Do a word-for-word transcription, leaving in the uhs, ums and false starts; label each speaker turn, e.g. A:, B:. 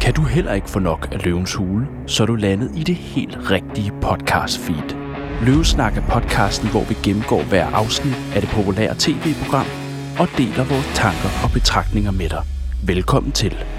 A: Kan du heller ikke få nok af Løvens Hule, så er du landet i det helt rigtige podcast feed. Løvesnak er podcasten, hvor vi gennemgår hver afsnit af det populære tv-program og deler vores tanker og betragtninger med dig. Velkommen til.